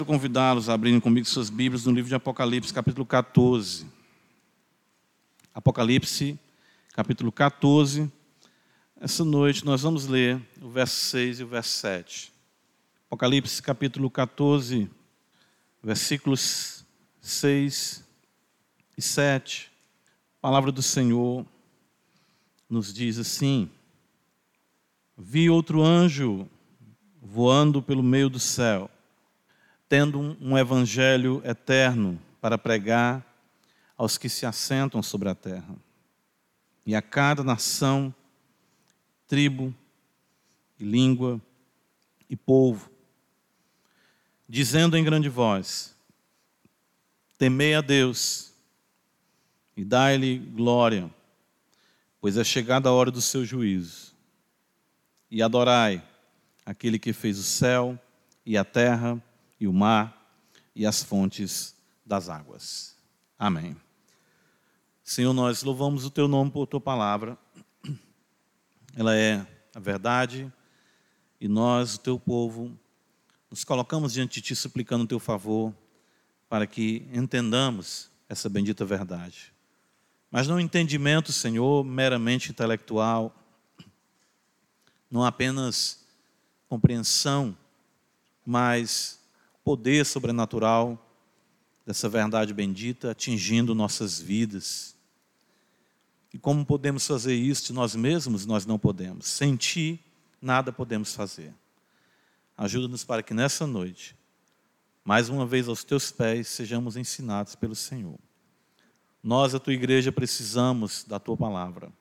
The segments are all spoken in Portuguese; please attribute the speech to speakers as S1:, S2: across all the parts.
S1: Quero convidá-los a abrirem comigo suas Bíblias no livro de Apocalipse, capítulo 14. Apocalipse, capítulo 14. Essa noite nós vamos ler o verso 6 e o verso 7. Apocalipse, capítulo 14, versículos 6 e 7. A palavra do Senhor nos diz assim: Vi outro anjo voando pelo meio do céu, tendo um evangelho eterno para pregar aos que se assentam sobre a terra, e a cada nação, tribo, e língua, e povo, dizendo em grande voz: Temei a Deus, e dai-lhe glória, pois é chegada a hora do seu juízo, e adorai aquele que fez o céu, e a terra, e o mar, e as fontes das águas. Amém. Senhor, nós louvamos o Teu nome por Tua palavra. Ela é a verdade, e nós, o Teu povo, nos colocamos diante de Ti suplicando o Teu favor, para que entendamos essa bendita verdade. Mas não um entendimento, Senhor, meramente intelectual, não apenas compreensão, mas poder sobrenatural dessa verdade bendita atingindo nossas vidas. E como podemos fazer isso de nós mesmos? Nós não podemos. Sem Ti, nada podemos fazer. Ajuda-nos para que nessa noite, mais uma vez aos Teus pés, sejamos ensinados pelo Senhor. Nós, a Tua igreja, precisamos da Tua palavra.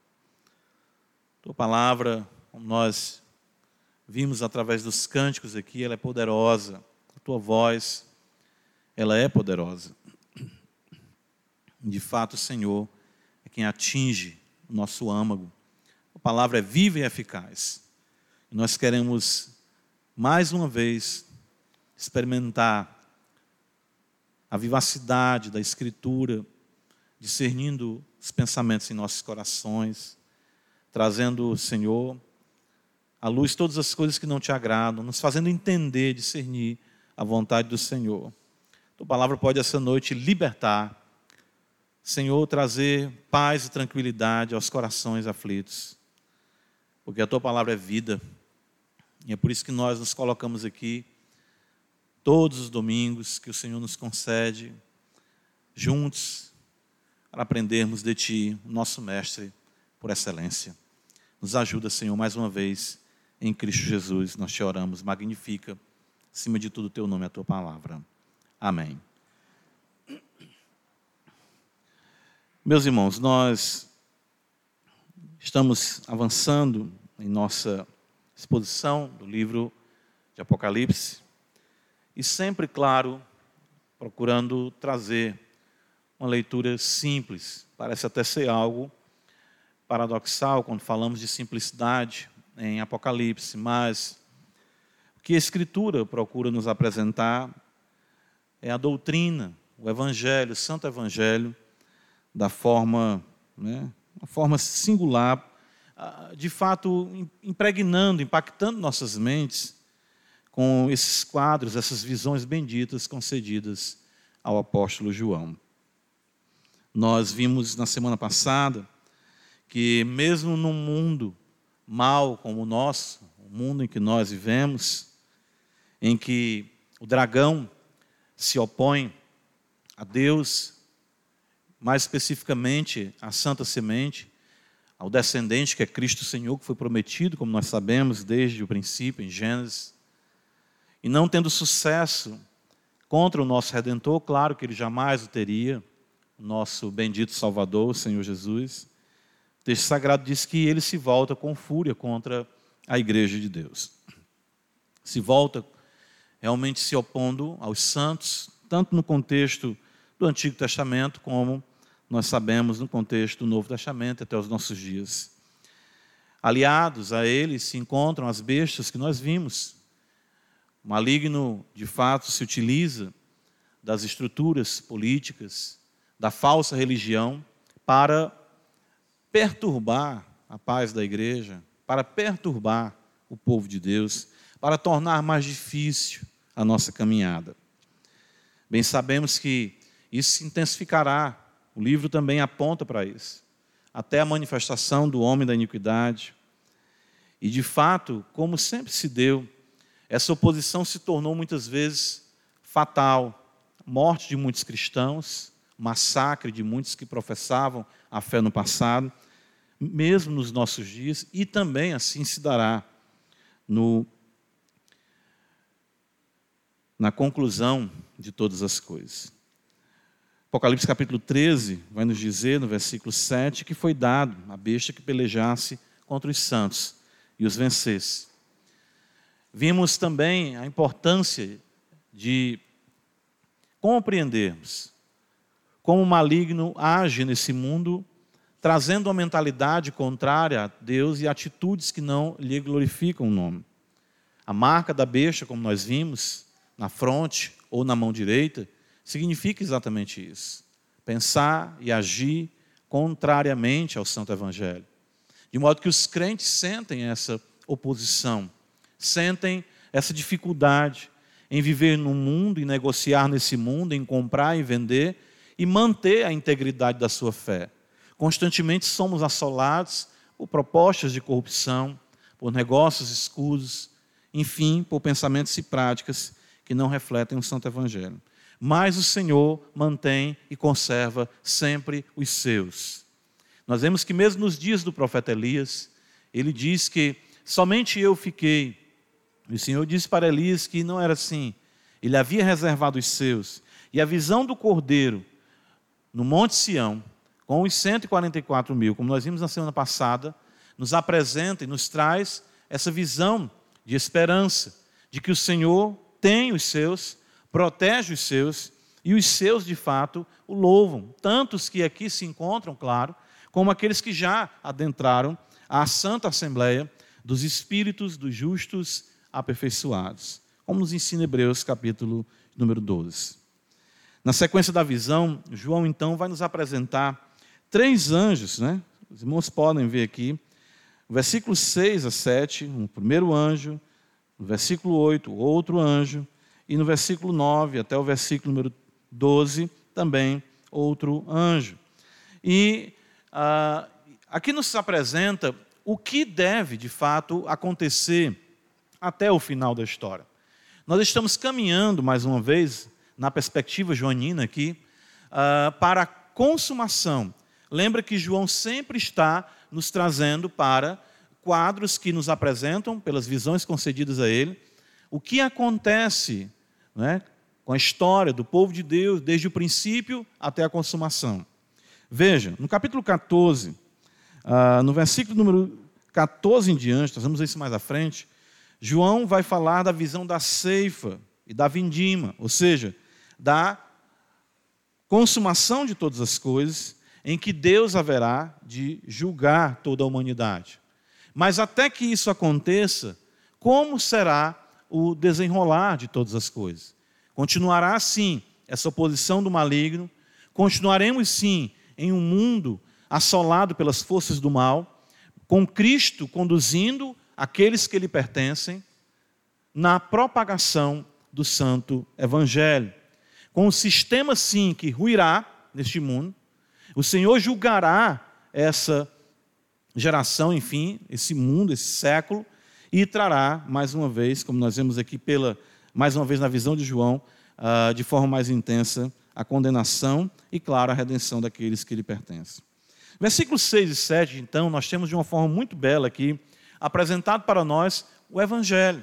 S1: Tua palavra, como nós vimos através dos cânticos aqui, ela é poderosa. A Tua voz, ela é poderosa. De fato, o Senhor é quem atinge o nosso âmago. A palavra é viva e eficaz. E nós queremos, mais uma vez, experimentar a vivacidade da Escritura, discernindo os pensamentos em nossos corações, trazendo, Senhor, à luz todas as coisas que não Te agradam, nos fazendo entender, discernir a vontade do Senhor. Tua palavra pode essa noite libertar, Senhor, trazer paz e tranquilidade aos corações aflitos, porque a Tua palavra é vida, e é por isso que nós nos colocamos aqui todos os domingos que o Senhor nos concede, juntos, para aprendermos de Ti, nosso Mestre por excelência. Nos ajuda, Senhor, mais uma vez, em Cristo Jesus, nós Te oramos, magnifica, acima de tudo, o Teu nome e a Tua palavra. Amém. Meus irmãos, nós estamos avançando em nossa exposição do livro de Apocalipse e sempre, claro, procurando trazer uma leitura simples. Parece até ser algo paradoxal quando falamos de simplicidade em Apocalipse, mas o que a Escritura procura nos apresentar é a doutrina, o Evangelho, o Santo Evangelho, da forma, uma forma singular, de fato impregnando, impactando nossas mentes com esses quadros, essas visões benditas concedidas ao apóstolo João. Nós vimos na semana passada que mesmo num mundo mau como o nosso, o mundo em que nós vivemos, em que o dragão se opõe a Deus, mais especificamente à Santa Semente, ao descendente que é Cristo Senhor, que foi prometido, como nós sabemos, desde o princípio, em Gênesis, e não tendo sucesso contra o nosso Redentor, claro que ele jamais o teria, o nosso bendito Salvador, o Senhor Jesus. O texto sagrado diz que ele se volta com fúria contra a igreja de Deus. Se volta realmente se opondo aos santos, tanto no contexto do Antigo Testamento, como nós sabemos no contexto do Novo Testamento, até os nossos dias. Aliados a ele se encontram as bestas que nós vimos. O maligno, de fato, se utiliza das estruturas políticas, da falsa religião, para perturbar a paz da igreja, para perturbar o povo de Deus, para tornar mais difícil a nossa caminhada. Bem sabemos que isso se intensificará. O livro também aponta para isso. Até a manifestação do homem da iniquidade. E, de fato, como sempre se deu, essa oposição se tornou muitas vezes fatal. Morte de muitos cristãos, massacre de muitos que professavam a fé no passado, mesmo nos nossos dias, e também assim se dará na conclusão de todas as coisas. Apocalipse capítulo 13 vai nos dizer, no versículo 7, que foi dado a besta que pelejasse contra os santos e os vencesse. Vimos também a importância de compreendermos como o maligno age nesse mundo, trazendo uma mentalidade contrária a Deus e atitudes que não lhe glorificam o nome. A marca da besta, como nós vimos, na fronte ou na mão direita, significa exatamente isso. Pensar e agir contrariamente ao Santo Evangelho. De modo que os crentes sentem essa oposição, sentem essa dificuldade em viver no mundo, em negociar nesse mundo, em comprar e vender e manter a integridade da sua fé. Constantemente somos assolados por propostas de corrupção, por negócios escusos, enfim, por pensamentos e práticas que não refletem o Santo Evangelho. Mas o Senhor mantém e conserva sempre os seus. Nós vemos que mesmo nos dias do profeta Elias, ele diz que somente eu fiquei. E o Senhor disse para Elias que não era assim. Ele havia reservado os seus. E a visão do Cordeiro no Monte Sião, com os 144 mil, como nós vimos na semana passada, nos apresenta e nos traz essa visão de esperança, de que o Senhor tem os seus, protege os seus, e os seus, de fato, o louvam. Tantos que aqui se encontram, claro, como aqueles que já adentraram a Santa Assembleia dos Espíritos dos Justos aperfeiçoados, como nos ensina Hebreus, capítulo número 12. Na sequência da visão, João, então, vai nos apresentar 3 anjos, né? Os irmãos podem ver aqui, no versículo 6 a 7, o primeiro anjo, no versículo 8, o outro anjo, e no versículo 9 até o versículo número 12, também outro anjo. E aqui nos apresenta o que deve, de fato, acontecer até o final da história. Nós estamos caminhando, mais uma vez, na perspectiva joanina aqui, para a consumação. Lembra que João sempre está nos trazendo para quadros que nos apresentam, pelas visões concedidas a ele, o que acontece, né, com a história do povo de Deus, desde o princípio até a consumação. Veja, no capítulo 14, no versículo número 14 em diante, nós vamos ver isso mais à frente, João vai falar da visão da ceifa e da vindima, ou seja, da consumação de todas as coisas, em que Deus haverá de julgar toda a humanidade. Mas até que isso aconteça, como será o desenrolar de todas as coisas? Continuará sim essa oposição do maligno, continuaremos sim em um mundo assolado pelas forças do mal, com Cristo conduzindo aqueles que lhe pertencem na propagação do Santo Evangelho. Com um sistema sim que ruirá neste mundo, o Senhor julgará essa geração, enfim, esse mundo, esse século, e trará, mais uma vez, como nós vemos aqui, mais uma vez na visão de João, de forma mais intensa, a condenação e, claro, a redenção daqueles que lhe pertencem. Versículos 6 e 7, então, nós temos de uma forma muito bela aqui, apresentado para nós o Evangelho.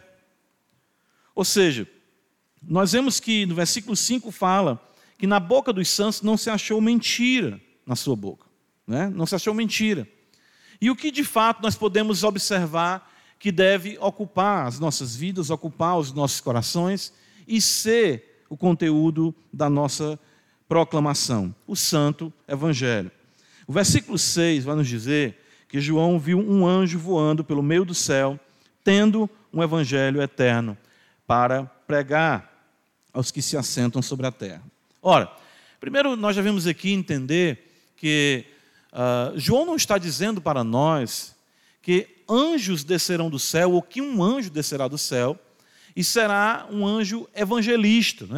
S1: Ou seja, nós vemos que no versículo 5 fala que na boca dos santos não se achou mentira na sua boca, né? Não se achou mentira. E o que de fato nós podemos observar que deve ocupar as nossas vidas, ocupar os nossos corações e ser o conteúdo da nossa proclamação, o Santo Evangelho. O versículo 6 vai nos dizer que João viu um anjo voando pelo meio do céu, tendo um Evangelho eterno para pregar aos que se assentam sobre a terra. Ora, primeiro nós já vimos aqui entender que João não está dizendo para nós que anjos descerão do céu, ou que um anjo descerá do céu, e será um anjo evangelista, né?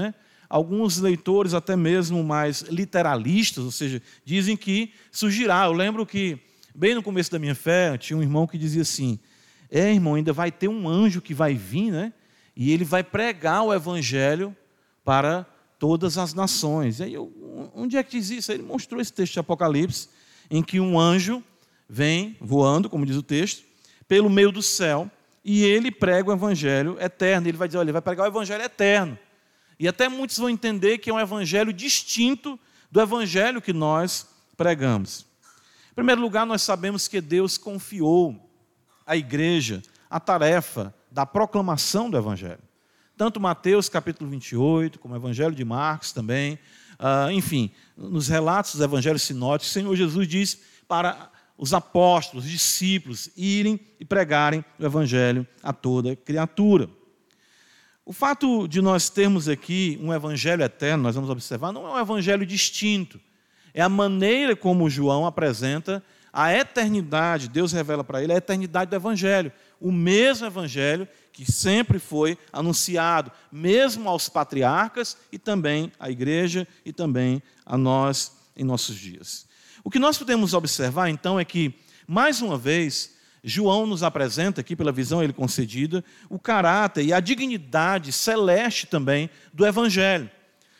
S1: alguns leitores até mesmo mais literalistas, ou seja, dizem que surgirá. Eu lembro que, bem no começo da minha fé, tinha um irmão que dizia assim, irmão, ainda vai ter um anjo que vai vir, né? E ele vai pregar o evangelho para todas as nações. E aí, onde é que diz isso? Ele mostrou esse texto de Apocalipse, em que um anjo vem voando, como diz o texto, pelo meio do céu, e ele prega o evangelho eterno. Ele vai dizer, olha, ele vai pregar o evangelho eterno. E até muitos vão entender que é um evangelho distinto do evangelho que nós pregamos. Em primeiro lugar, nós sabemos que Deus confiou à igreja a tarefa da proclamação do evangelho. Tanto Mateus capítulo 28, como o evangelho de Marcos também, enfim, nos relatos dos evangelhos sinóticos, o Senhor Jesus diz para os apóstolos, os discípulos, irem e pregarem o evangelho a toda criatura. O fato de nós termos aqui um evangelho eterno, nós vamos observar, não é um evangelho distinto. É a maneira como João apresenta a eternidade, Deus revela para ele a eternidade do evangelho. O mesmo evangelho que sempre foi anunciado, mesmo aos patriarcas e também à igreja e também a nós em nossos dias. O que nós podemos observar, então, é que, mais uma vez, João nos apresenta aqui, pela visão a ele concedida, o caráter e a dignidade celeste também do evangelho.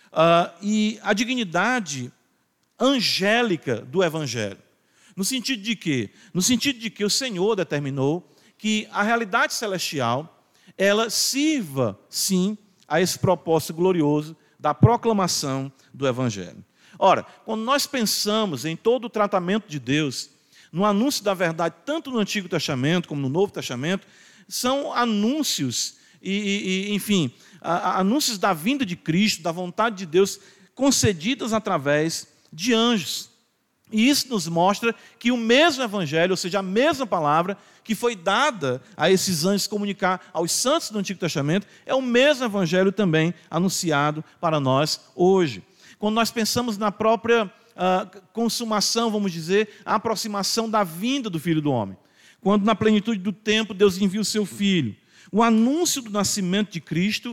S1: E a dignidade angélica do evangelho. No sentido de quê? No sentido de que o Senhor determinou que a realidade celestial, ela sirva, sim, a esse propósito glorioso da proclamação do evangelho. Ora, quando nós pensamos em todo o tratamento de Deus, no anúncio da verdade, tanto no Antigo Testamento como no Novo Testamento, são anúncios, enfim, anúncios da vinda de Cristo, da vontade de Deus, concedidas através de anjos. E isso nos mostra que o mesmo evangelho, ou seja, a mesma palavra que foi dada a esses anjos comunicar aos santos do Antigo Testamento, é o mesmo evangelho também anunciado para nós hoje. Quando nós pensamos na própria consumação, vamos dizer, a aproximação da vinda do Filho do Homem. Quando na plenitude do tempo Deus envia o seu Filho. O anúncio do nascimento de Cristo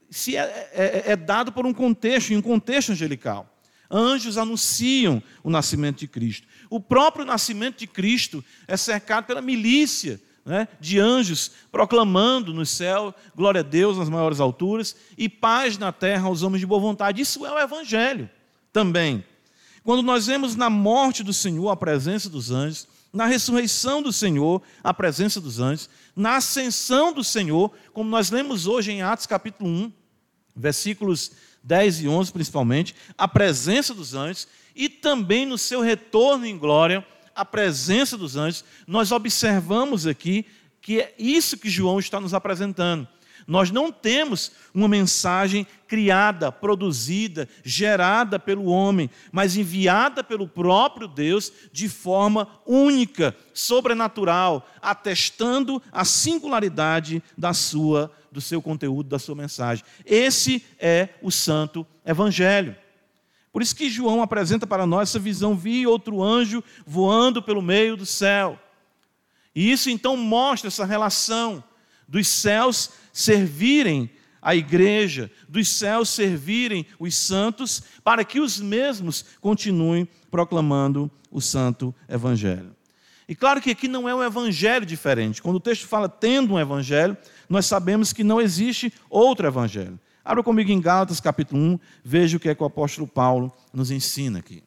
S1: é dado por um contexto, em um contexto angelical. Anjos anunciam o nascimento de Cristo. O próprio nascimento de Cristo é cercado pela milícia, né, de anjos proclamando no céu, glória a Deus nas maiores alturas e paz na terra aos homens de boa vontade. Isso é o evangelho também. Quando nós vemos na morte do Senhor a presença dos anjos, na ressurreição do Senhor a presença dos anjos, na ascensão do Senhor, como nós lemos hoje em Atos capítulo 1, versículos 10 e 11 principalmente, a presença dos anjos e também no seu retorno em glória, a presença dos anjos, nós observamos aqui que é isso que João está nos apresentando. Nós não temos uma mensagem criada, produzida, gerada pelo homem, mas enviada pelo próprio Deus de forma única, sobrenatural, atestando a singularidade do seu conteúdo, da sua mensagem. Esse é o Santo Evangelho. Por isso que João apresenta para nós essa visão, vi outro anjo voando pelo meio do céu. E isso então mostra essa relação dos céus servirem a igreja, dos céus servirem os santos, para que os mesmos continuem proclamando o Santo Evangelho. E claro que aqui não é um evangelho diferente. Quando o texto fala tendo um evangelho, nós sabemos que não existe outro evangelho. Abra comigo em Gálatas capítulo 1, veja o que é que o apóstolo Paulo nos ensina aqui.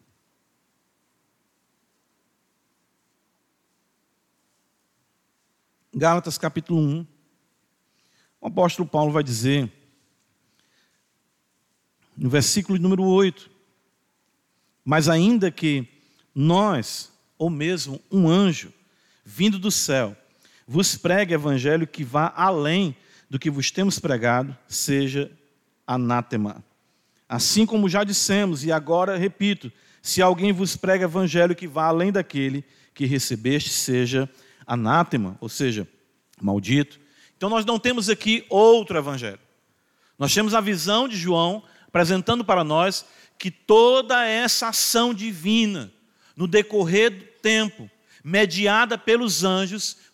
S1: Gálatas capítulo 1, o apóstolo Paulo vai dizer, no versículo número 8, mas ainda que nós, ou mesmo um anjo, vindo do céu, vos pregue evangelho que vá além do que vos temos pregado, seja anátema. Assim como já dissemos, e agora repito, se alguém vos prega evangelho que vá além daquele que recebeste, seja anátema, ou seja, maldito. Então nós não temos aqui outro evangelho. Nós temos a visão de João apresentando para nós que toda essa ação divina, no decorrer do tempo, mediada pelos anjos,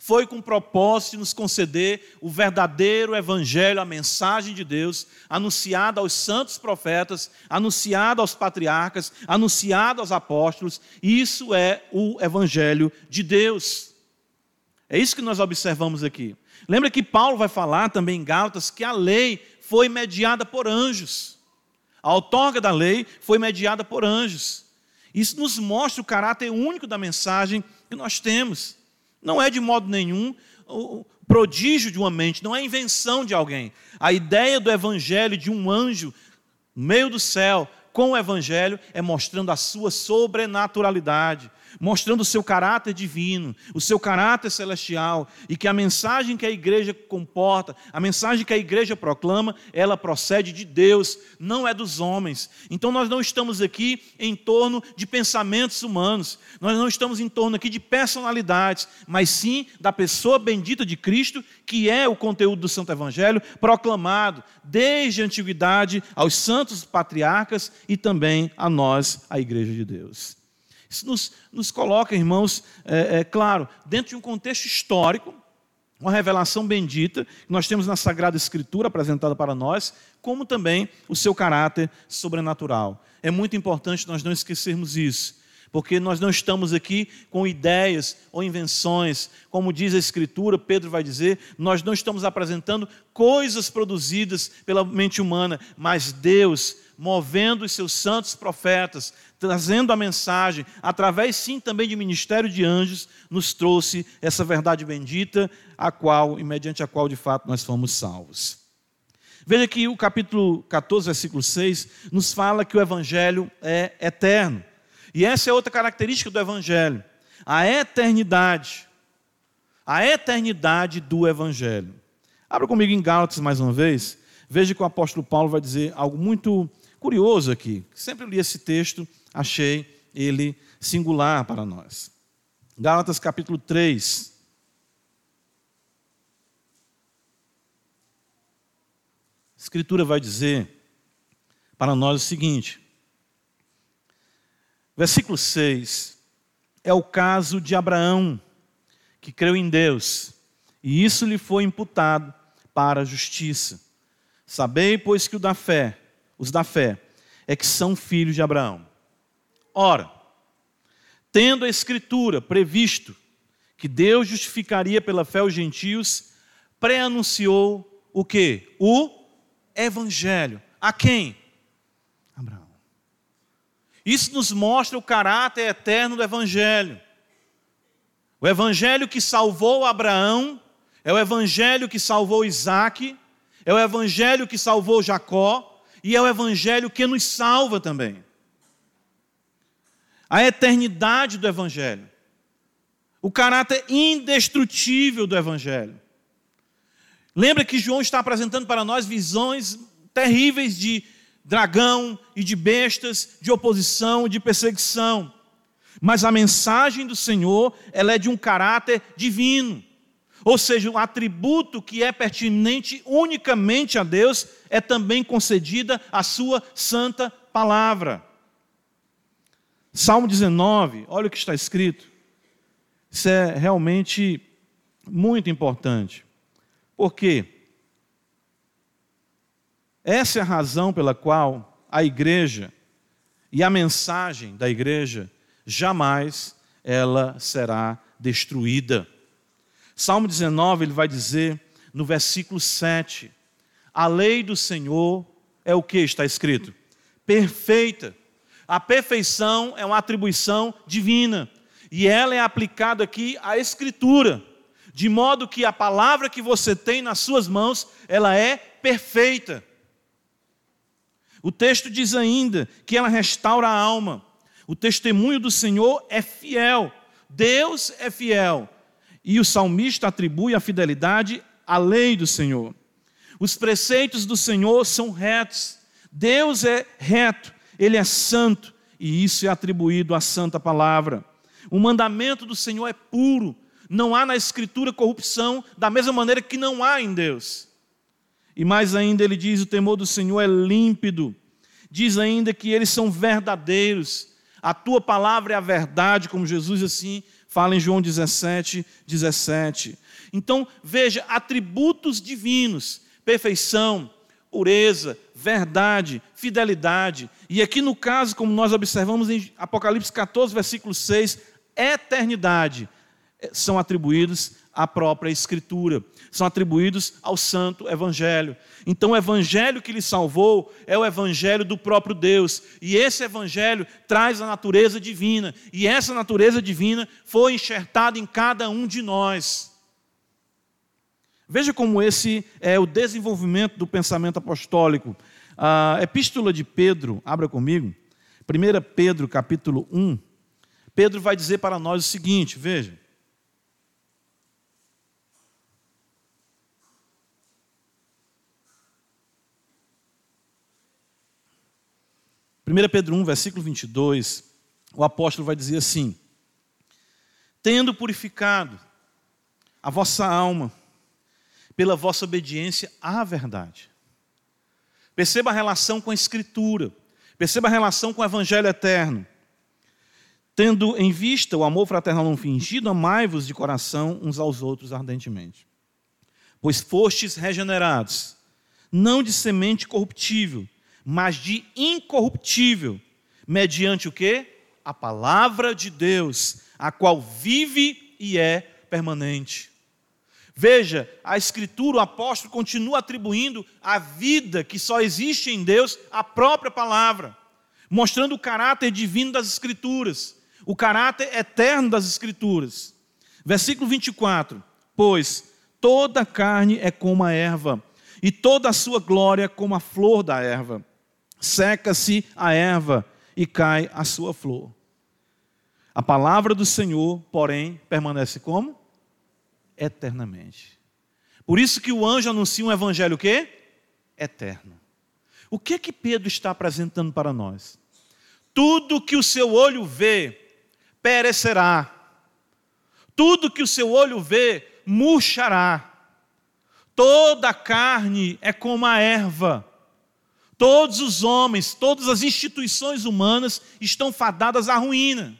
S1: foi com o propósito de nos conceder o verdadeiro evangelho, a mensagem de Deus, anunciada aos santos profetas, anunciada aos patriarcas, anunciada aos apóstolos. Isso é o evangelho de Deus. É isso que nós observamos aqui. Lembra que Paulo vai falar também em Gálatas que a lei foi mediada por anjos. A outorga da lei foi mediada por anjos. Isso nos mostra o caráter único da mensagem que nós temos. Não é de modo nenhum o prodígio de uma mente, não é invenção de alguém. A ideia do evangelho de um anjo no meio do céu com o evangelho é mostrando a sua sobrenaturalidade, mostrando o seu caráter divino, o seu caráter celestial, e que a mensagem que a igreja comporta, a mensagem que a igreja proclama, ela procede de Deus, não é dos homens. Então nós não estamos aqui em torno de pensamentos humanos, nós não estamos em torno aqui de personalidades, mas sim da pessoa bendita de Cristo, que é o conteúdo do Santo Evangelho, proclamado desde a antiguidade aos santos patriarcas e também a nós, a igreja de Deus. Isso nos coloca, irmãos, claro, dentro de um contexto histórico, uma revelação bendita que nós temos na Sagrada Escritura apresentada para nós, como também o seu caráter sobrenatural. É muito importante nós não esquecermos isso, porque nós não estamos aqui com ideias ou invenções, como diz a Escritura, Pedro vai dizer, nós não estamos apresentando coisas produzidas pela mente humana, mas Deus movendo os seus santos profetas, trazendo a mensagem, através sim também de ministério de anjos, nos trouxe essa verdade bendita, a qual, e mediante a qual de fato nós fomos salvos. Veja que o capítulo 14, versículo 6, nos fala que o Evangelho é eterno. E essa é outra característica do Evangelho, a eternidade do Evangelho. Abra comigo em Gálatas mais uma vez, veja que o apóstolo Paulo vai dizer algo muito curioso aqui. Sempre li esse texto, achei ele singular para nós. Gálatas capítulo 3. A Escritura vai dizer para nós o seguinte, versículo 6, é o caso de Abraão, que creu em Deus, e isso lhe foi imputado para a justiça. Sabei, pois, que os da fé, é que são filhos de Abraão. Ora, tendo a Escritura previsto que Deus justificaria pela fé os gentios, pré-anunciou o quê? O Evangelho. A quem? Abraão. Isso nos mostra o caráter eterno do Evangelho. O Evangelho que salvou Abraão, é o Evangelho que salvou Isaque, é o Evangelho que salvou Jacó, e é o Evangelho que nos salva também. A eternidade do Evangelho. O caráter indestrutível do Evangelho. Lembra que João está apresentando para nós visões terríveis de dragão e de bestas, de oposição e de perseguição. Mas a mensagem do Senhor, ela é de um caráter divino. Ou seja, um atributo que é pertinente unicamente a Deus é também concedida a sua santa palavra. Salmo 19, olha o que está escrito. Isso é realmente muito importante. Por quê? Essa é a razão pela qual a igreja e a mensagem da igreja jamais ela será destruída. Salmo 19, ele vai dizer no versículo 7, a lei do Senhor é o que está escrito? Perfeita. A perfeição é uma atribuição divina, e ela é aplicada aqui à Escritura, de modo que a palavra que você tem nas suas mãos, ela é perfeita. O texto diz ainda que ela restaura a alma. O testemunho do Senhor é fiel. Deus é fiel. E o salmista atribui a fidelidade à lei do Senhor. Os preceitos do Senhor são retos. Deus é reto, Ele é santo, e isso é atribuído à santa palavra. O mandamento do Senhor é puro. Não há na Escritura corrupção, da mesma maneira que não há em Deus. E mais ainda ele diz, o temor do Senhor é límpido. Diz ainda que eles são verdadeiros. A tua palavra é a verdade, como Jesus assim fala em João 17, 17. Então, veja, atributos divinos, perfeição, pureza, verdade, fidelidade. E aqui no caso, como nós observamos em Apocalipse 14, versículo 6, eternidade, são atribuídos à própria Escritura, são atribuídos ao Santo Evangelho. Então o Evangelho que lhe salvou é o Evangelho do próprio Deus, e esse Evangelho traz a natureza divina, e essa natureza divina foi enxertada em cada um de nós. Veja como esse é o desenvolvimento do pensamento apostólico. A Epístola de Pedro, abra comigo, 1 Pedro capítulo 1, Pedro vai dizer para nós o seguinte, veja. 1 Pedro 1, versículo 22, o apóstolo vai dizer assim: tendo purificado a vossa alma pela vossa obediência à verdade. Perceba a relação com a Escritura, perceba a relação com o Evangelho eterno. Tendo em vista o amor fraternal não fingido, amai-vos de coração uns aos outros ardentemente. Pois fostes regenerados, não de semente corruptível, mas de incorruptível, mediante o quê? A palavra de Deus, a qual vive e é permanente. Veja, a Escritura, o apóstolo continua atribuindo a vida que só existe em Deus à própria palavra, mostrando o caráter divino das Escrituras, o caráter eterno das Escrituras. Versículo 24, pois toda carne é como a erva, e toda a sua glória como a flor da erva. Seca-se a erva e cai a sua flor. A palavra do Senhor, porém, permanece como? Eternamente. Por isso que o anjo anuncia um evangelho o quê? Eterno. O que que Pedro está apresentando para nós? Tudo que o seu olho vê, perecerá. Tudo que o seu olho vê, murchará. Toda a carne é como a erva. Todos os homens, todas as instituições humanas estão fadadas à ruína.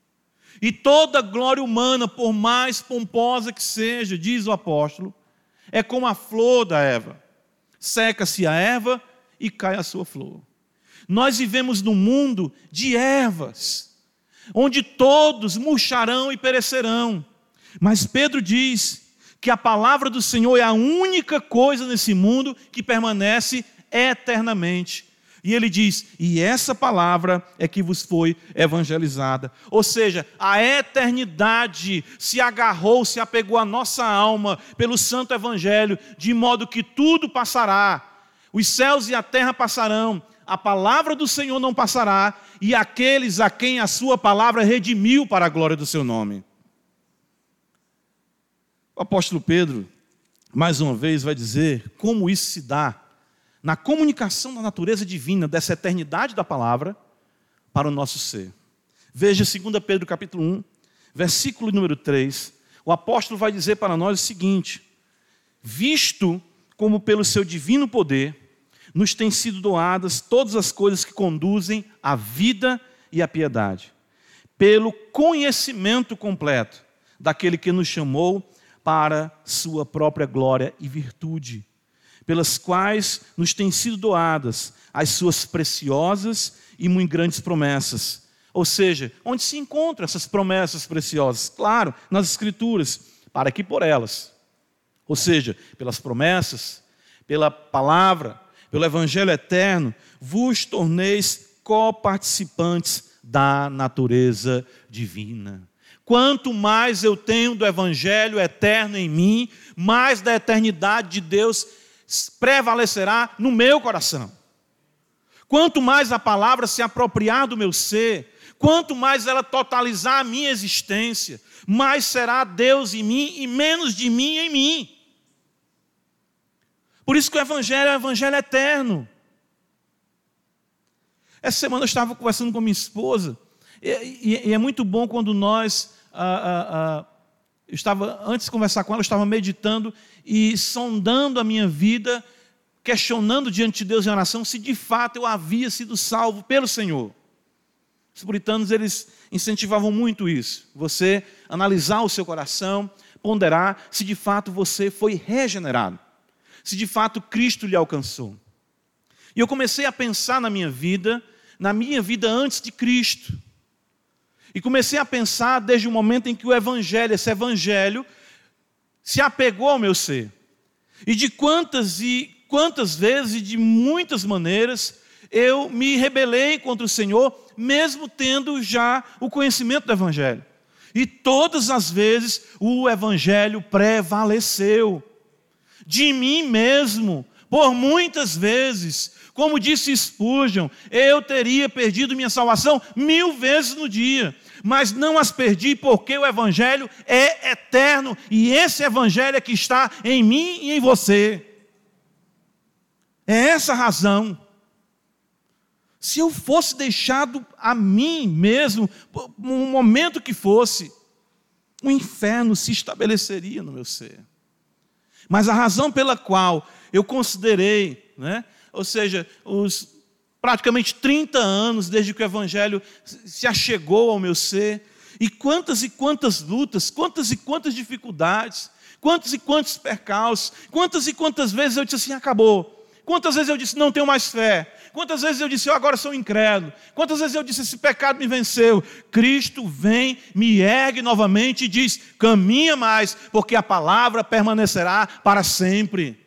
S1: E toda glória humana, por mais pomposa que seja, diz o apóstolo, é como a flor da erva. Seca-se a erva e cai a sua flor. Nós vivemos num mundo de ervas, onde todos murcharão e perecerão. Mas Pedro diz que a palavra do Senhor é a única coisa nesse mundo que permanece eternamente. E ele diz, e essa palavra é que vos foi evangelizada. Ou seja, a eternidade se agarrou, se apegou à nossa alma pelo santo evangelho, de modo que tudo passará. Os céus e a terra passarão, a palavra do Senhor não passará, e aqueles a quem a sua palavra redimiu para a glória do seu nome. O apóstolo Pedro, mais uma vez, vai dizer como isso se dá na comunicação da natureza divina, dessa eternidade da palavra, para o nosso ser. Veja 2 Pedro capítulo 1, versículo número 3, o apóstolo vai dizer para nós o seguinte: visto como pelo seu divino poder, nos têm sido doadas todas as coisas que conduzem à vida e à piedade, pelo conhecimento completo daquele que nos chamou para sua própria glória e virtude, pelas quais nos têm sido doadas as suas preciosas e muito grandes promessas. Ou seja, onde se encontram essas promessas preciosas? Claro, nas Escrituras, para que por elas, ou seja, pelas promessas, pela palavra, pelo Evangelho eterno, vos torneis coparticipantes da natureza divina. Quanto mais eu tenho do Evangelho eterno em mim, mais da eternidade de Deus prevalecerá no meu coração. Quanto mais a palavra se apropriar do meu ser, quanto mais ela totalizar a minha existência, mais será Deus em mim e menos de mim em mim. Por isso que o Evangelho é o Evangelho eterno. Essa semana eu estava conversando com minha esposa, e é muito bom quando nós... antes de conversar com ela, eu estava meditando e sondando a minha vida, questionando diante de Deus em oração se de fato eu havia sido salvo pelo Senhor. Os puritanos, eles incentivavam muito isso. Você analisar o seu coração, ponderar se de fato você foi regenerado. Se de fato Cristo lhe alcançou. E eu comecei a pensar na minha vida antes de Cristo. E comecei a pensar desde o momento em que esse evangelho, se apegou ao meu ser. E de quantas vezes e de muitas maneiras eu me rebelei contra o Senhor, mesmo tendo já o conhecimento do evangelho. E todas as vezes o evangelho prevaleceu. De mim mesmo, por muitas vezes, como disse Spurgeon, eu teria perdido minha salvação 1000 vezes no dia, mas não as perdi porque o evangelho é eterno e esse evangelho é que está em mim e em você. É essa a razão. Se eu fosse deixado a mim mesmo, um momento que fosse, o inferno se estabeleceria no meu ser. Mas a razão pela qual eu considerei, ou seja, os praticamente 30 anos desde que o evangelho se achegou ao meu ser, e quantas lutas, quantas e quantas dificuldades, quantos e quantos percalços, quantas e quantas vezes eu disse assim, acabou. Quantas vezes eu disse, não tenho mais fé. Quantas vezes eu disse, eu agora sou incrédulo. Quantas vezes eu disse, esse pecado me venceu. Cristo vem, me ergue novamente e diz, caminha mais, porque a palavra permanecerá para sempre.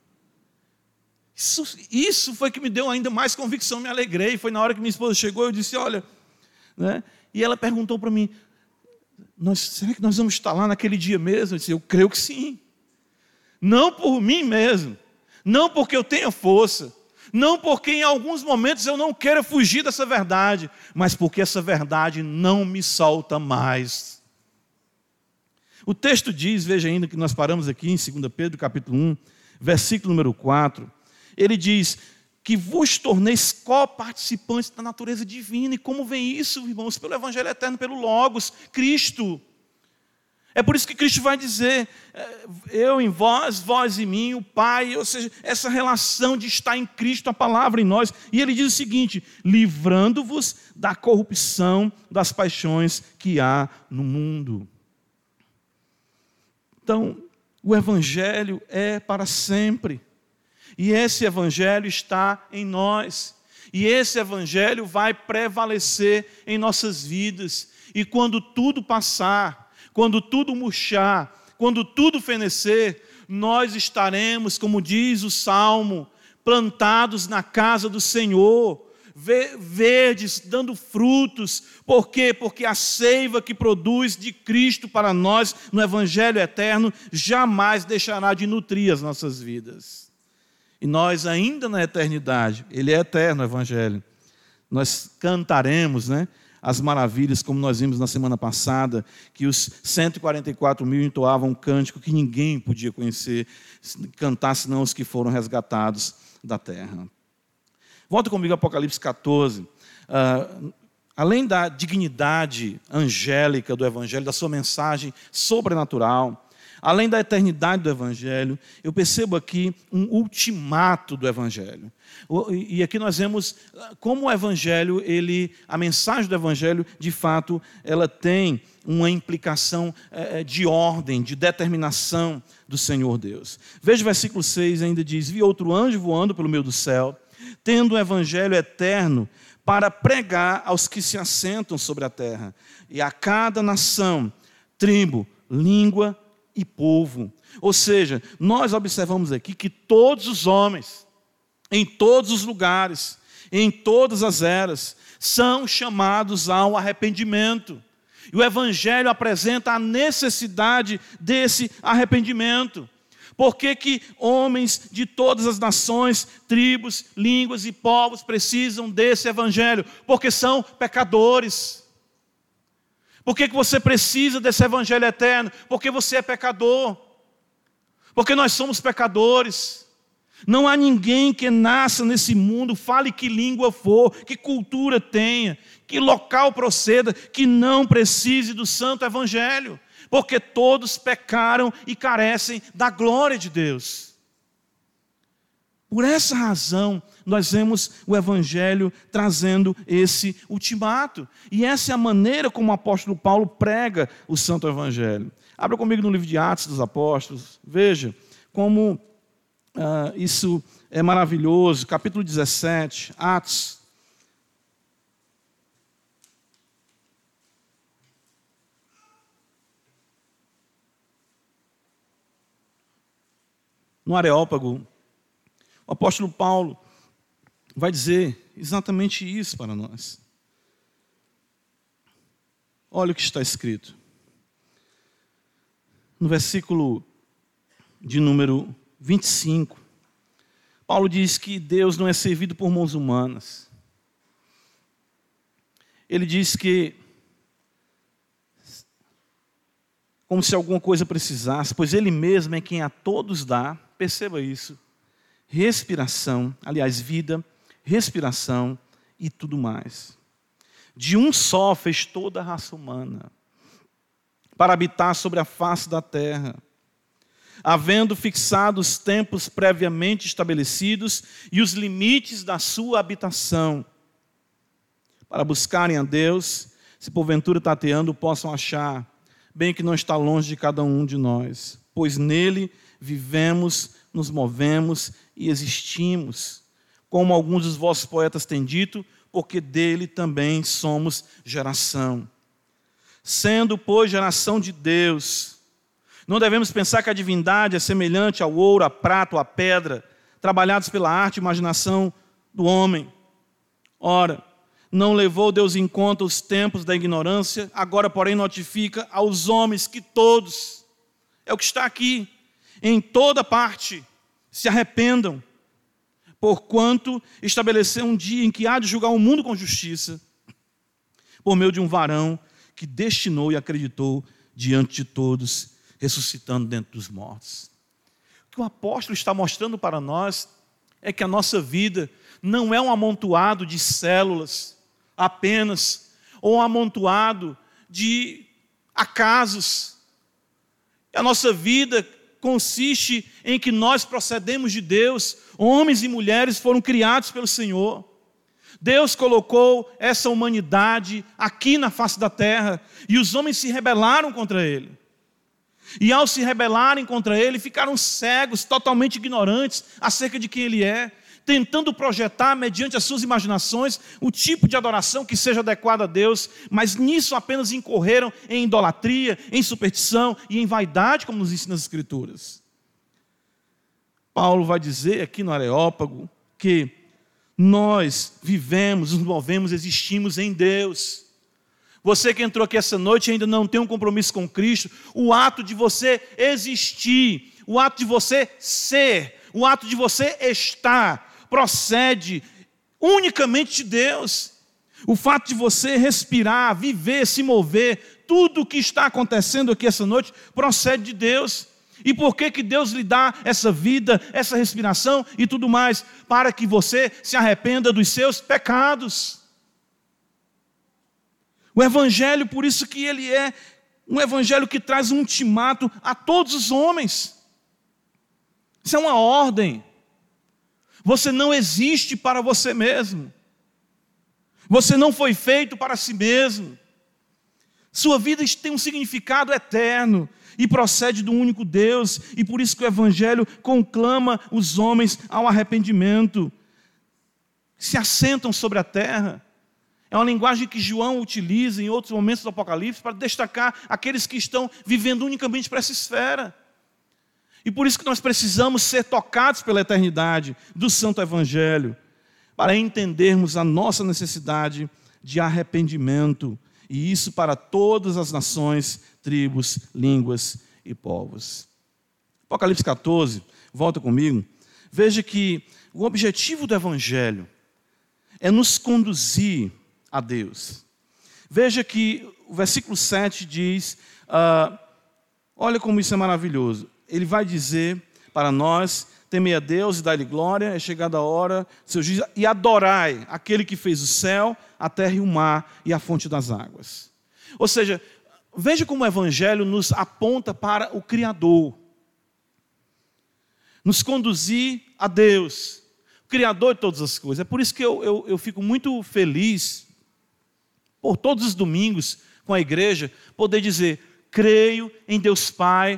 S1: Isso foi que me deu ainda mais convicção, me alegrei. Foi na hora que minha esposa chegou, eu disse, olha, e ela perguntou para mim, será que nós vamos estar lá naquele dia mesmo? Eu disse, eu creio que sim. Não por mim mesmo, não porque eu tenha força, não porque em alguns momentos eu não queira fugir dessa verdade, mas porque essa verdade não me solta mais. O texto diz, veja ainda que nós paramos aqui em 2 Pedro capítulo 1, versículo número 4, ele diz que vos torneis co-participantes da natureza divina. E como vem isso, irmãos? Pelo evangelho eterno, pelo Logos, Cristo. É por isso que Cristo vai dizer, eu em vós, vós em mim, o Pai, ou seja, essa relação de estar em Cristo, a palavra em nós. E ele diz o seguinte, livrando-vos da corrupção das paixões que há no mundo. Então, o evangelho é para sempre. E esse evangelho está em nós. E esse evangelho vai prevalecer em nossas vidas. E quando tudo passar, quando tudo murchar, quando tudo fenecer, nós estaremos, como diz o Salmo, plantados na casa do Senhor, verdes, dando frutos. Por quê? Porque a seiva que produz de Cristo para nós, no Evangelho eterno, jamais deixará de nutrir as nossas vidas. E nós ainda na eternidade, ele é eterno o Evangelho, nós cantaremos, as maravilhas, como nós vimos na semana passada, que os 144 mil entoavam um cântico que ninguém podia conhecer, cantar senão os que foram resgatados da terra. Volta comigo a Apocalipse 14. Além da dignidade angélica do Evangelho, da sua mensagem sobrenatural, além da eternidade do Evangelho, eu percebo aqui um ultimato do Evangelho. E aqui nós vemos como o Evangelho, a mensagem do Evangelho, de fato, ela tem uma implicação de ordem, de determinação do Senhor Deus. Veja o versículo 6, ainda diz, vi outro anjo voando pelo meio do céu, tendo o Evangelho eterno para pregar aos que se assentam sobre a terra, e a cada nação, tribo, língua e povo. Ou seja, nós observamos aqui que todos os homens, em todos os lugares, em todas as eras, são chamados ao arrependimento. E o Evangelho apresenta a necessidade desse arrependimento. Por que homens de todas as nações, tribos, línguas e povos precisam desse Evangelho? Porque são pecadores. Por que você precisa desse Evangelho eterno? Porque você é pecador. Porque nós somos pecadores. Não há ninguém que nasça nesse mundo, fale que língua for, que cultura tenha, que local proceda, que não precise do santo Evangelho. Porque todos pecaram e carecem da glória de Deus. Por essa razão, nós vemos o Evangelho trazendo esse ultimato. E essa é a maneira como o apóstolo Paulo prega o Santo Evangelho. Abra comigo no livro de Atos dos Apóstolos. Veja como isso é maravilhoso. Capítulo 17, Atos. No Areópago, o apóstolo Paulo vai dizer exatamente isso para nós. Olha o que está escrito. No versículo de número 25, Paulo diz que Deus não é servido por mãos humanas. Ele diz que, como se alguma coisa precisasse, pois Ele mesmo é quem a todos dá, perceba isso, respiração, aliás, vida, respiração e tudo mais. De um só fez toda a raça humana, para habitar sobre a face da terra, havendo fixado os tempos previamente estabelecidos e os limites da sua habitação, para buscarem a Deus, se porventura tateando possam achar, bem que não está longe de cada um de nós, pois nele vivemos, nos movemos e existimos, como alguns dos vossos poetas têm dito, porque dele também somos geração. Sendo, pois, geração de Deus, não devemos pensar que a divindade é semelhante ao ouro, à prata ou à pedra, trabalhados pela arte e imaginação do homem. Ora, não levou Deus em conta os tempos da ignorância, agora, porém, notifica aos homens que todos, é o que está aqui, em toda parte, se arrependam, porquanto estabeleceu um dia em que há de julgar o mundo com justiça, por meio de um varão que destinou e acreditou diante de todos, ressuscitando dentro dos mortos. O que o apóstolo está mostrando para nós é que a nossa vida não é um amontoado de células apenas, ou um amontoado de acasos. A nossa vida consiste em que nós procedemos de Deus, homens e mulheres foram criados pelo Senhor. Deus colocou essa humanidade aqui na face da terra, e os homens se rebelaram contra Ele. E ao se rebelarem contra Ele, ficaram cegos, totalmente ignorantes acerca de quem Ele é, tentando projetar, mediante as suas imaginações, o tipo de adoração que seja adequado a Deus, mas nisso apenas incorreram em idolatria, em superstição e em vaidade, como nos ensina as Escrituras. Paulo vai dizer aqui no Areópago que nós vivemos, nos movemos, existimos em Deus. Você que entrou aqui essa noite e ainda não tem um compromisso com Cristo, o ato de você existir, o ato de você ser, o ato de você estar, procede unicamente de Deus. O fato de você respirar, viver, se mover, tudo o que está acontecendo aqui essa noite procede de Deus. E por que Deus lhe dá essa vida, essa respiração e tudo mais? Para que você se arrependa dos seus pecados. O Evangelho, por isso que ele é um Evangelho que traz um ultimato a todos os homens. Isso é uma ordem. Você não existe para você mesmo. Você não foi feito para si mesmo. Sua vida tem um significado eterno e procede do único Deus. E por isso que o Evangelho conclama os homens ao arrependimento. Se assentam sobre a terra. É uma linguagem que João utiliza em outros momentos do Apocalipse para destacar aqueles que estão vivendo unicamente para essa esfera. E por isso que nós precisamos ser tocados pela eternidade do Santo Evangelho, para entendermos a nossa necessidade de arrependimento, e isso para todas as nações, tribos, línguas e povos. Apocalipse 14, volta comigo, veja que o objetivo do Evangelho é nos conduzir a Deus. Veja que o versículo 7 diz, olha como isso é maravilhoso, ele vai dizer para nós: temei a Deus e dai-lhe glória, é chegada a hora, seu juízo, e adorai aquele que fez o céu, a terra e o mar e a fonte das águas. Ou seja, veja como o Evangelho nos aponta para o Criador, nos conduzir a Deus. Criador de todas as coisas. É por isso que eu fico muito feliz, por todos os domingos, com a igreja, poder dizer: creio em Deus Pai,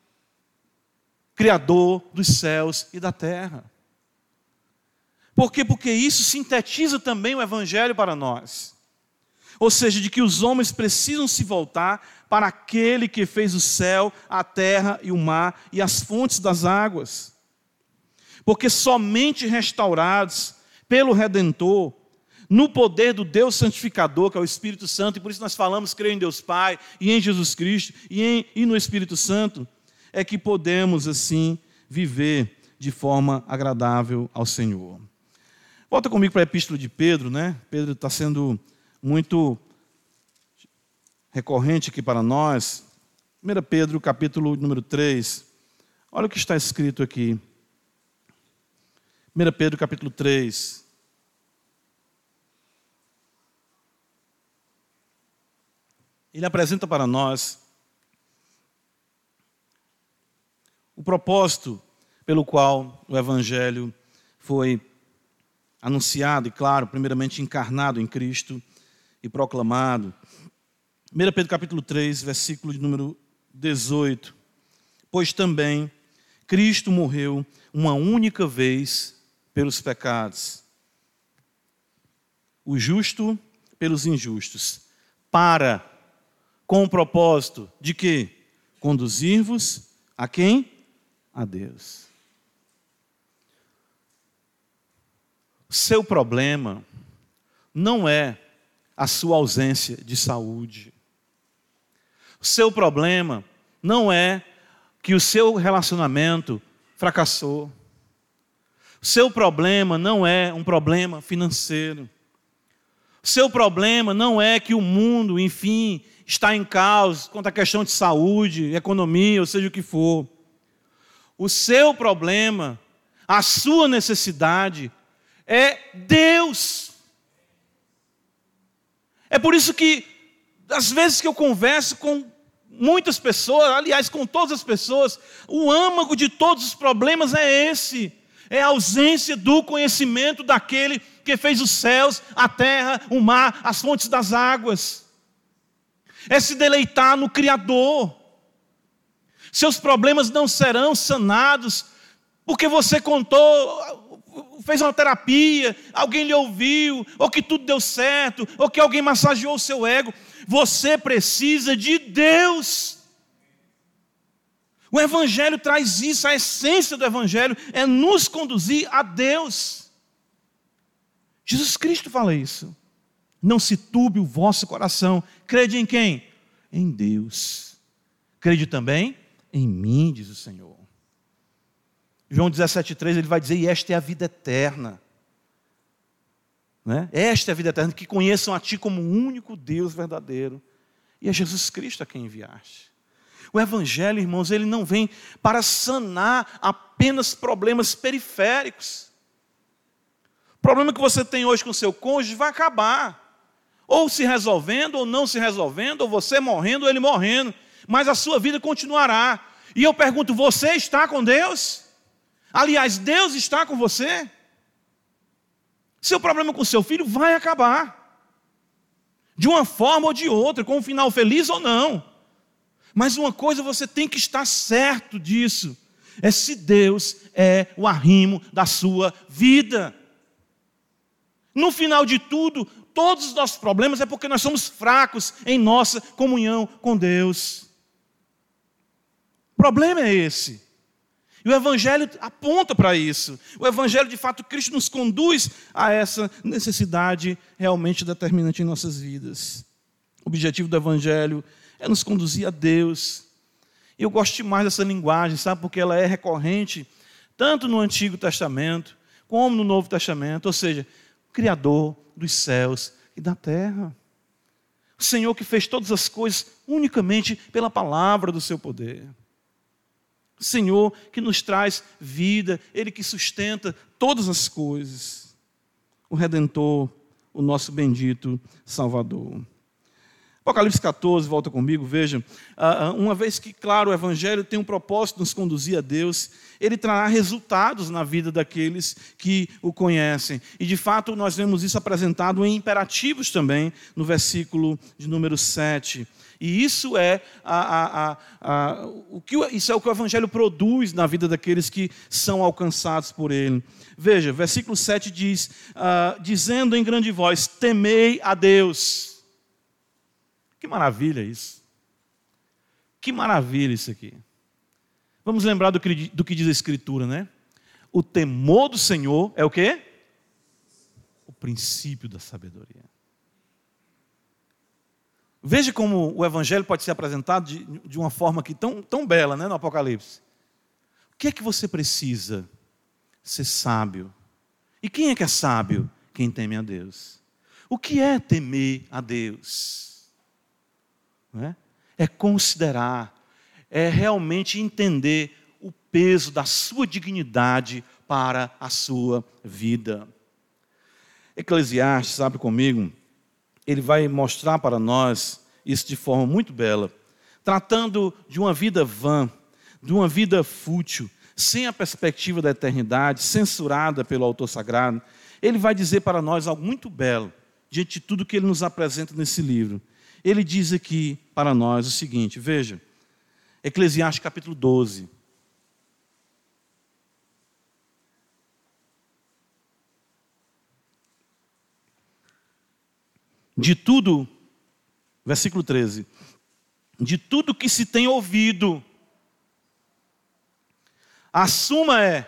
S1: Criador dos céus e da terra. Por quê? Porque isso sintetiza também o Evangelho para nós. Ou seja, de que os homens precisam se voltar para aquele que fez o céu, a terra e o mar e as fontes das águas. Porque somente restaurados pelo Redentor, no poder do Deus santificador, que é o Espírito Santo, e por isso nós falamos creio em Deus Pai, e em Jesus Cristo, e no Espírito Santo, é que podemos assim viver de forma agradável ao Senhor. Volta comigo para a Epístola de Pedro, né? Pedro está sendo muito recorrente aqui para nós. 1 Pedro, capítulo número 3. Olha o que está escrito aqui. 1 Pedro, capítulo 3. Ele apresenta para nós o propósito pelo qual o Evangelho foi anunciado e, claro, primeiramente encarnado em Cristo e proclamado. 1 Pedro capítulo 3, versículo de número 18. Pois também Cristo morreu uma única vez pelos pecados, o justo pelos injustos, com o propósito de quê? Conduzir-vos a quem? A Deus. O seu problema não é a sua ausência de saúde. O seu problema não é que o seu relacionamento fracassou. O seu problema não é um problema financeiro. O seu problema não é que o mundo, enfim, está em caos quanto à questão de saúde, economia, ou seja o que for. O seu problema, a sua necessidade é Deus. É por isso que, às vezes que eu converso com muitas pessoas, aliás, com todas as pessoas, o âmago de todos os problemas é esse. É a ausência do conhecimento daquele que fez os céus, a terra, o mar, as fontes das águas. É se deleitar no Criador. Seus problemas não serão sanados porque você contou, fez uma terapia, alguém lhe ouviu, ou que tudo deu certo, ou que alguém massageou o seu ego. Você precisa de Deus. O Evangelho traz isso, a essência do Evangelho é nos conduzir a Deus. Jesus Cristo fala isso. Não se turbe o vosso coração. Crede em quem? Em Deus. Crede também em mim, diz o Senhor. João 17,3 ele vai dizer: e esta é a vida eterna. Né? Esta é a vida eterna, que conheçam a Ti como o único Deus verdadeiro. E é Jesus Cristo a quem enviaste. O Evangelho, irmãos, ele não vem para sanar apenas problemas periféricos. O problema que você tem hoje com o seu cônjuge vai acabar. Ou se resolvendo, ou não se resolvendo, ou você morrendo, ou ele morrendo. Mas a sua vida continuará. E eu pergunto, você está com Deus? Aliás, Deus está com você? Seu problema com seu filho vai acabar. De uma forma ou de outra, com um final feliz ou não. Mas uma coisa você tem que estar certo disso. É se Deus é o arrimo da sua vida. No final de tudo, todos os nossos problemas é porque nós somos fracos em nossa comunhão com Deus. O problema é esse. E o Evangelho aponta para isso. O Evangelho, de fato, Cristo nos conduz a essa necessidade realmente determinante em nossas vidas. O objetivo do Evangelho é nos conduzir a Deus. E eu gosto demais dessa linguagem, sabe? Porque ela é recorrente, tanto no Antigo Testamento, como no Novo Testamento. Ou seja, o Criador dos céus e da terra. O Senhor que fez todas as coisas unicamente pela palavra do seu poder. O Senhor que nos traz vida, Ele que sustenta todas as coisas. O Redentor, o nosso bendito Salvador. A Apocalipse 14, volta comigo, vejam. Uma vez que, claro, o Evangelho tem um propósito de nos conduzir a Deus, ele trará resultados na vida daqueles que o conhecem. E, de fato, nós vemos isso apresentado em imperativos também, no versículo de número 7. E isso é isso é o que o Evangelho produz na vida daqueles que são alcançados por ele. Veja, versículo 7 diz, dizendo em grande voz, temei a Deus. Que maravilha isso. Que maravilha isso aqui. Vamos lembrar do que diz a Escritura, né? O temor do Senhor é o quê? O princípio da sabedoria. Veja como o Evangelho pode ser apresentado de uma forma aqui tão bela, né, no Apocalipse. O que é que você precisa? Ser sábio. E quem é que é sábio? Quem teme a Deus. O que é temer a Deus? É considerar, é realmente entender o peso da sua dignidade para a sua vida. Eclesiastes, abre comigo, ele vai mostrar para nós isso de forma muito bela, tratando de uma vida vã, de uma vida fútil, sem a perspectiva da eternidade, censurada pelo autor sagrado. Ele vai dizer para nós algo muito belo, diante de tudo que ele nos apresenta nesse livro. Ele diz aqui para nós o seguinte, veja, Eclesiastes capítulo 12. De tudo, versículo 13, de tudo que se tem ouvido, a suma é,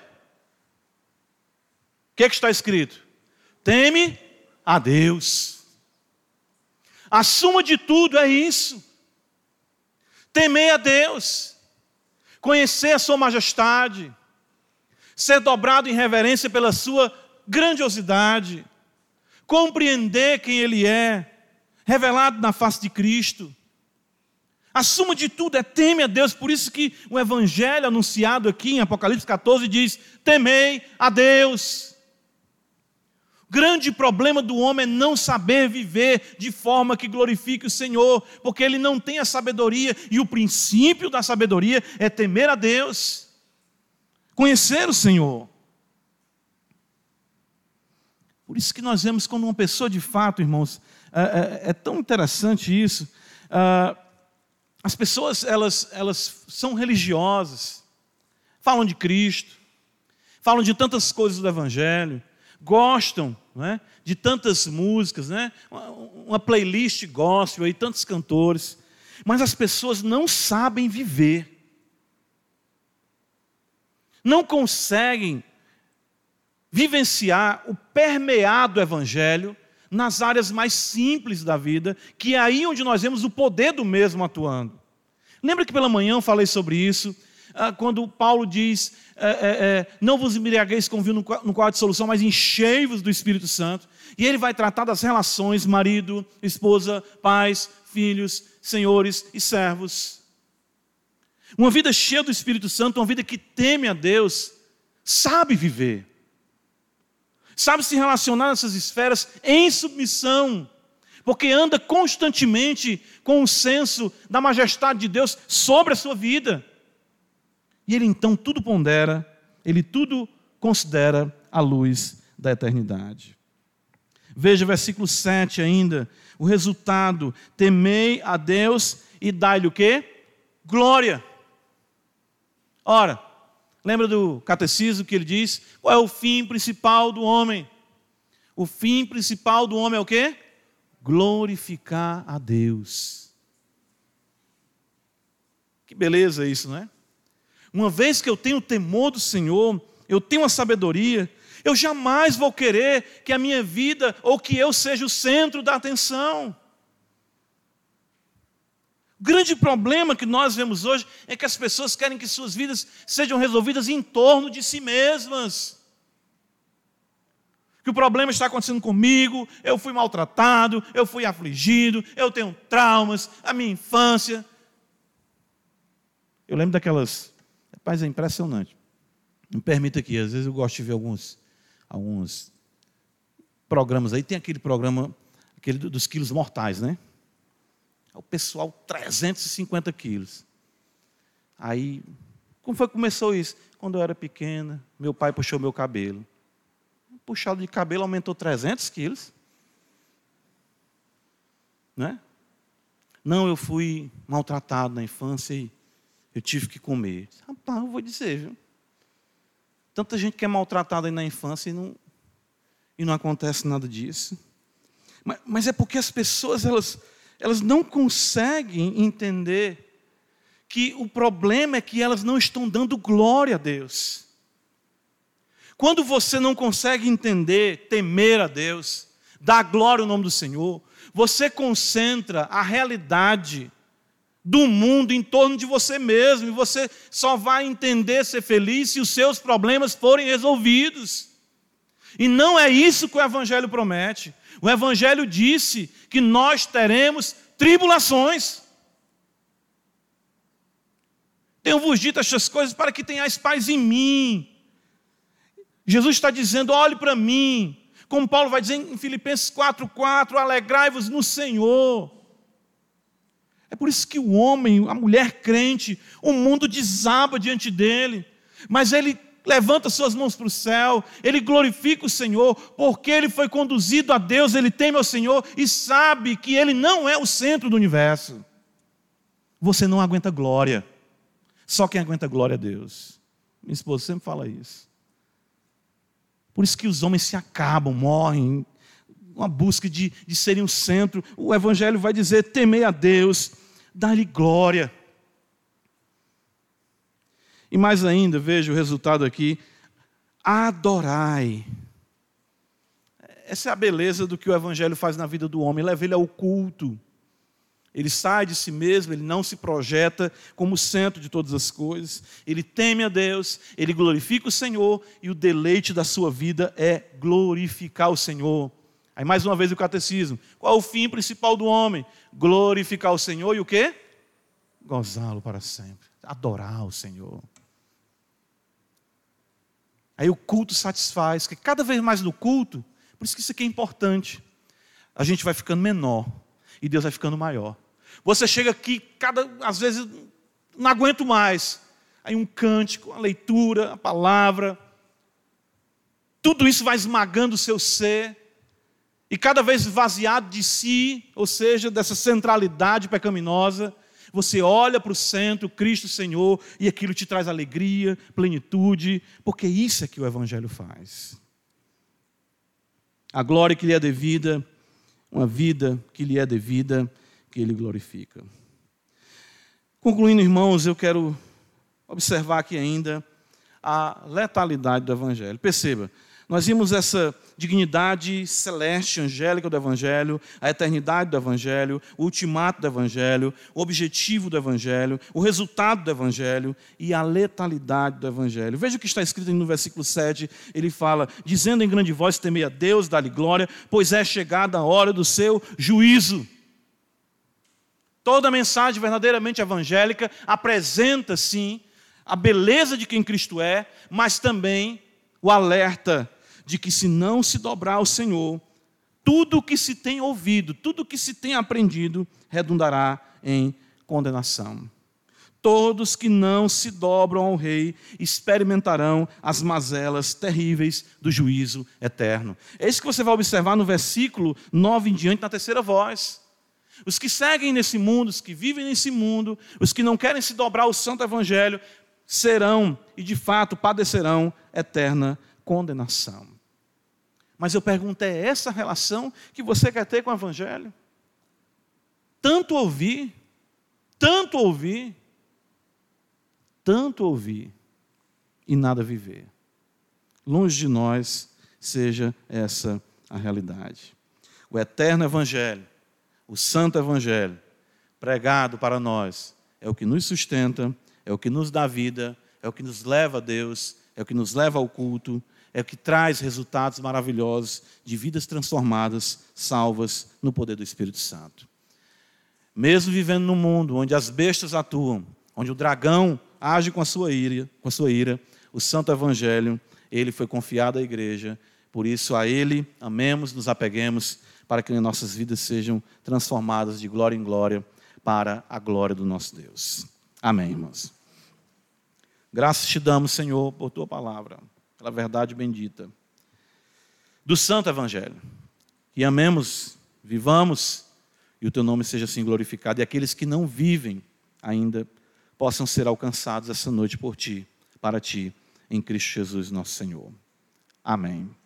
S1: o que está escrito? Teme a Deus. A suma de tudo é isso. Temer a Deus, conhecer a sua majestade, ser dobrado em reverência pela sua grandiosidade, compreender quem Ele é, revelado na face de Cristo. A suma de tudo é teme a Deus, por isso que o Evangelho anunciado aqui em Apocalipse 14 diz, temei a Deus. O grande problema do homem é não saber viver de forma que glorifique o Senhor, porque ele não tem a sabedoria, e o princípio da sabedoria é temer a Deus, conhecer o Senhor. Por isso que nós vemos quando uma pessoa de fato, irmãos, é tão interessante isso, as pessoas elas são religiosas, falam de Cristo, falam de tantas coisas do Evangelho, gostam, né, de tantas músicas, né, uma playlist gospel aí, tantos cantores, mas as pessoas não sabem viver, não conseguem vivenciar o permear do Evangelho nas áreas mais simples da vida, que é aí onde nós vemos o poder do mesmo atuando. Lembra que pela manhã eu falei sobre isso, quando Paulo diz, não vos embriagueis com vinho no qual há dissolução, mas enchei-vos do Espírito Santo. E ele vai tratar das relações marido, esposa, pais, filhos, senhores e servos. Uma vida cheia do Espírito Santo, uma vida que teme a Deus, sabe viver. Sabe se relacionar nessas esferas em submissão, porque anda constantemente com o senso da majestade de Deus sobre a sua vida. E ele então tudo pondera, ele tudo considera à luz da eternidade. Veja versículo 7 ainda, o resultado, temei a Deus e dai-lhe o quê? Glória. Ora, lembra do catecismo que ele diz? Qual é o fim principal do homem? O fim principal do homem é o quê? Glorificar a Deus. Que beleza isso, não é? Uma vez que eu tenho o temor do Senhor, eu tenho a sabedoria, eu jamais vou querer que a minha vida ou que eu seja o centro da atenção. O grande problema que nós vemos hoje é que as pessoas querem que suas vidas sejam resolvidas em torno de si mesmas. Que o problema está acontecendo comigo, eu fui maltratado, eu fui afligido, eu tenho traumas, a minha infância. Eu lembro daquelas... Rapaz, é impressionante. Me permita aqui, às vezes eu gosto de ver alguns programas aí. Tem aquele programa, aquele dos quilos mortais, né? O pessoal, 350 quilos. Aí, como foi que começou isso? Quando eu era pequena, meu pai puxou meu cabelo. Puxado de cabelo aumentou 300 quilos. Né? Não, eu fui maltratado na infância e eu tive que comer. Rapaz, eu vou dizer, viu? Tanta gente que é maltratada aí na infância e não acontece nada disso. Mas é porque as pessoas, elas não conseguem entender que o problema é que elas não estão dando glória a Deus. Quando você não consegue entender, temer a Deus, dar glória ao nome do Senhor, você concentra a realidade do mundo em torno de você mesmo, e você só vai entender ser feliz se os seus problemas forem resolvidos. E não é isso que o Evangelho promete. O Evangelho disse que nós teremos tribulações. Tenho-vos dito estas coisas para que tenhais paz em mim. Jesus está dizendo, olhe para mim. Como Paulo vai dizer em Filipenses 4:4, alegrai-vos no Senhor. É por isso que o homem, a mulher crente, o mundo desaba diante dele. Mas ele levanta suas mãos para o céu, ele glorifica o Senhor, porque ele foi conduzido a Deus, ele teme ao Senhor e sabe que ele não é o centro do universo. Você não aguenta glória. Só quem aguenta glória é Deus. Minha esposa sempre fala isso. Por isso que os homens se acabam, morrem, uma busca de serem o centro. O Evangelho vai dizer, temei a Deus, dá-lhe glória. E mais ainda, veja o resultado aqui, adorai. Essa é a beleza do que o Evangelho faz na vida do homem, leva ele ao culto. Ele sai de si mesmo, ele não se projeta como centro de todas as coisas. Ele teme a Deus, ele glorifica o Senhor e o deleite da sua vida é glorificar o Senhor. Aí mais uma vez o catecismo. Qual é o fim principal do homem? Glorificar o Senhor e o quê? Gozá-lo para sempre. Adorar o Senhor. Aí o culto satisfaz, que cada vez mais no culto, por isso que isso aqui é importante. A gente vai ficando menor. E Deus vai ficando maior. Você chega aqui, às vezes, não aguento mais. Aí um cântico, a leitura, a palavra. Tudo isso vai esmagando o seu ser. E cada vez esvaziado de si, ou seja, dessa centralidade pecaminosa, você olha para o centro, Cristo Senhor, e aquilo te traz alegria, plenitude, porque isso é que o Evangelho faz. A glória que lhe é devida, uma vida que lhe é devida, que Ele glorifica. Concluindo, irmãos, eu quero observar aqui ainda a letalidade do Evangelho. Perceba, nós vimos essa dignidade celeste, angélica do Evangelho, a eternidade do Evangelho, o ultimato do Evangelho, o objetivo do Evangelho, o resultado do Evangelho e a letalidade do Evangelho. Veja o que está escrito no versículo 7, ele fala, dizendo em grande voz, temei a Deus, dá-lhe glória, pois é chegada a hora do seu juízo. Toda a mensagem verdadeiramente evangélica apresenta, sim, a beleza de quem Cristo é, mas também o alerta de que se não se dobrar ao Senhor, tudo o que se tem ouvido, tudo o que se tem aprendido, redundará em condenação. Todos que não se dobram ao Rei experimentarão as mazelas terríveis do juízo eterno. É isso que você vai observar no versículo 9 em diante, na terceira voz. Os que seguem nesse mundo, os que vivem nesse mundo, os que não querem se dobrar ao Santo Evangelho, serão e de fato padecerão eterna condenação. Mas eu pergunto, é essa relação que você quer ter com o Evangelho? Tanto ouvir, e nada viver. Longe de nós seja essa a realidade. O eterno Evangelho, o Santo Evangelho, pregado para nós, é o que nos sustenta, é o que nos dá vida, é o que nos leva a Deus, é o que nos leva ao culto, é o que traz resultados maravilhosos de vidas transformadas, salvas no poder do Espírito Santo. Mesmo vivendo num mundo onde as bestas atuam, onde o dragão age com a sua ira, o Santo Evangelho, ele foi confiado à igreja, por isso a ele amemos, nos apeguemos, para que nossas vidas sejam transformadas de glória em glória, para a glória do nosso Deus. Amém, irmãos. Graças te damos, Senhor, por tua palavra, pela verdade bendita do Santo Evangelho. Que amemos, vivamos, e o teu nome seja assim glorificado, e aqueles que não vivem ainda possam ser alcançados essa noite por ti, para ti, em Cristo Jesus, nosso Senhor. Amém.